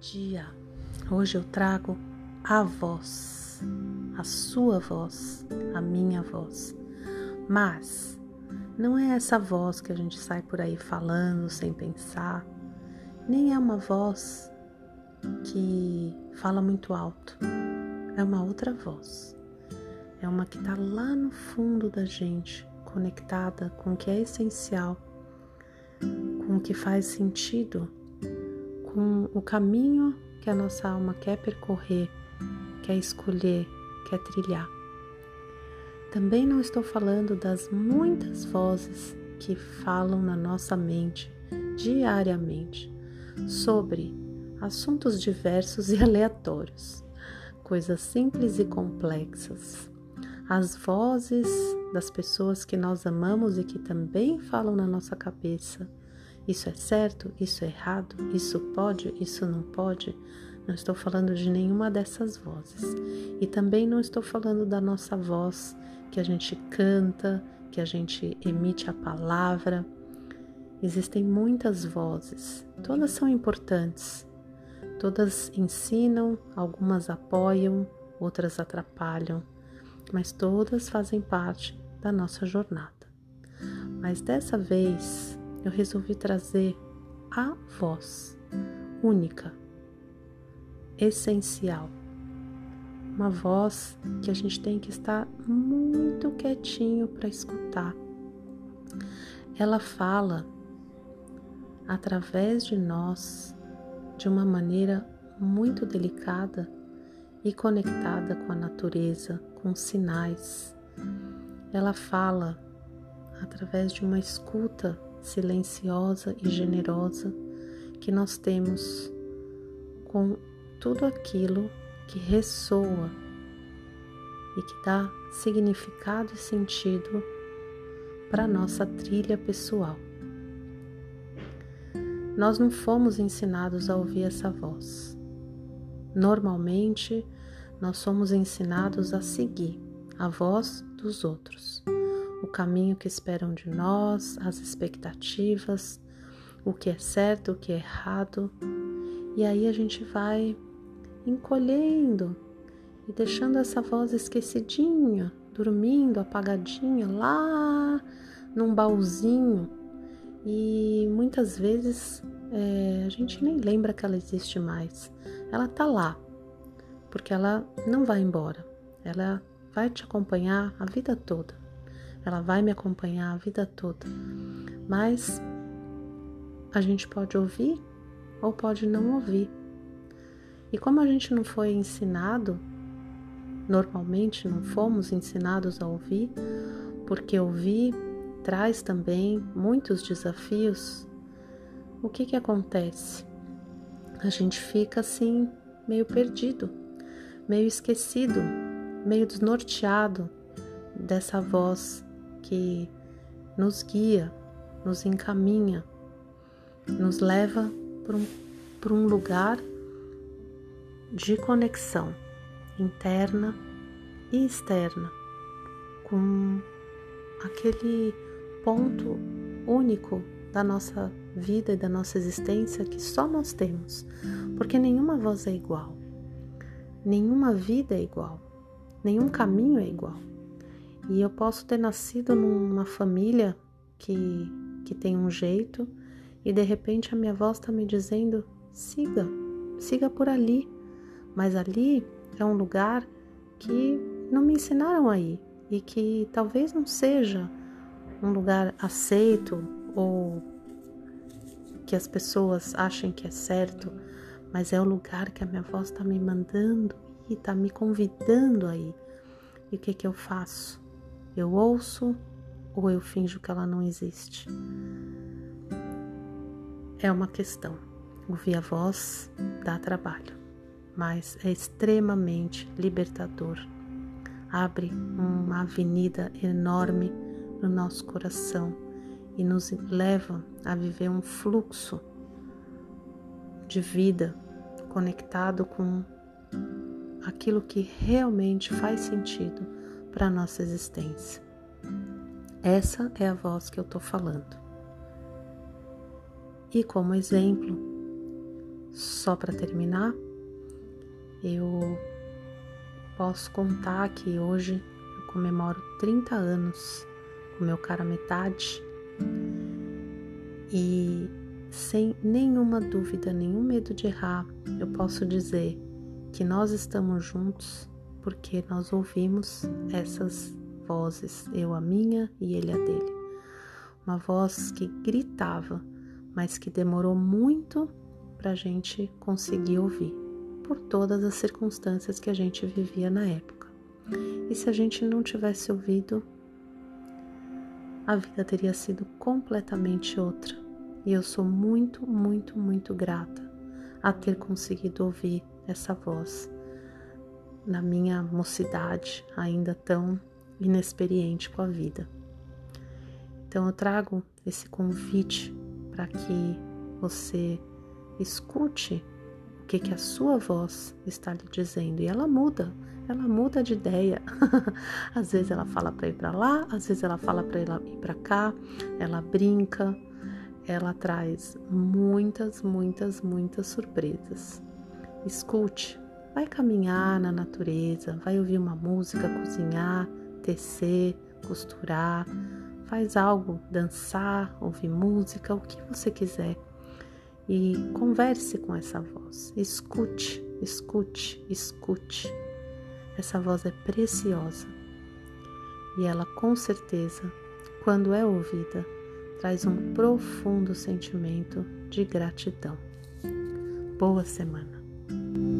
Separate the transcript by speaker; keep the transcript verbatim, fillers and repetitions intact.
Speaker 1: dia! Hoje eu trago a voz, a sua voz, a minha voz. Mas não é essa voz que a gente sai por aí falando sem pensar, nem é uma voz que fala muito alto. É uma outra voz. É uma que está lá no fundo da gente, conectada com o que é essencial, com o que faz sentido, com o caminho que a nossa alma quer percorrer, quer escolher, quer trilhar. Também não estou falando das muitas vozes que falam na nossa mente diariamente sobre assuntos diversos e aleatórios, coisas simples e complexas. As vozes das pessoas que nós amamos e que também falam na nossa cabeça. Isso é certo? Isso é errado? Isso pode? Isso não pode? Não estou falando de nenhuma dessas vozes. E também não estou falando da nossa voz, que a gente canta, que a gente emite a palavra. Existem muitas vozes, todas são importantes. Todas ensinam, algumas apoiam, outras atrapalham, mas todas fazem parte da nossa jornada. Mas dessa vez eu resolvi trazer a voz única, essencial, uma voz que a gente tem que estar muito quietinho para escutar. Ela fala através de nós de uma maneira muito delicada e conectada com a natureza, com sinais. Ela fala através de uma escuta silenciosa e generosa que nós temos com tudo aquilo que ressoa e que dá significado e sentido para a nossa trilha pessoal. Nós não fomos ensinados a ouvir essa voz. Normalmente, nós somos ensinados a seguir a voz dos outros, o caminho que esperam de nós, as expectativas, o que é certo, o que é errado. E aí a gente vai encolhendo e deixando essa voz esquecidinha, dormindo, apagadinha, lá num baúzinho. E muitas vezes é, a gente nem lembra que ela existe mais. Ela tá lá, porque ela não vai embora. Ela vai te acompanhar a vida toda. Ela vai me acompanhar a vida toda. Mas a gente pode ouvir ou pode não ouvir. E como a gente não foi ensinado, normalmente não fomos ensinados a ouvir, porque ouvir traz também muitos desafios, o que que acontece? A gente fica assim, meio perdido, meio esquecido, meio desnorteado dessa voz que nos guia, nos encaminha, nos leva para um, para um lugar de conexão interna e externa, com aquele ponto único da nossa vida e da nossa existência que só nós temos, porque nenhuma voz é igual, nenhuma vida é igual, nenhum caminho é igual. E eu posso ter nascido numa família que, que tem um jeito e de repente a minha voz está me dizendo, siga, siga por ali, mas ali é um lugar que não me ensinaram a ir e que talvez não seja um lugar aceito ou que as pessoas achem que é certo, mas é o lugar que a minha voz está me mandando e está me convidando a ir. E o que que eu faço? Eu ouço ou eu finjo que ela não existe? É uma questão. Ouvir a voz dá trabalho, mas é extremamente libertador. Abre uma avenida enorme no nosso coração e nos leva a viver um fluxo de vida conectado com aquilo que realmente faz sentido para a nossa existência. Essa é a voz que eu estou falando. E como exemplo, só para terminar, eu posso contar que hoje eu comemoro trinta anos com meu cara metade e sem nenhuma dúvida, nenhum medo de errar, eu posso dizer que nós estamos juntos porque nós ouvimos essas vozes, eu a minha e ele a dele. Uma voz que gritava, mas que demorou muito para a gente conseguir ouvir, por todas as circunstâncias que a gente vivia na época. E se a gente não tivesse ouvido, a vida teria sido completamente outra. E eu sou muito, muito, muito grata a ter conseguido ouvir essa voz na minha mocidade, ainda tão inexperiente com a vida. Então eu trago esse convite para que você escute o que, que a sua voz está lhe dizendo. E ela muda, ela muda de ideia. Às vezes ela fala para ir para lá, às vezes ela fala para ir para cá, ela brinca, ela traz muitas, muitas, muitas surpresas. Escute, vai caminhar na natureza, vai ouvir uma música, cozinhar, tecer, costurar, faz algo, dançar, ouvir música, o que você quiser. E converse com essa voz, escute, escute, escute. Essa voz é preciosa e ela com certeza, quando é ouvida, traz um profundo sentimento de gratidão. Boa semana!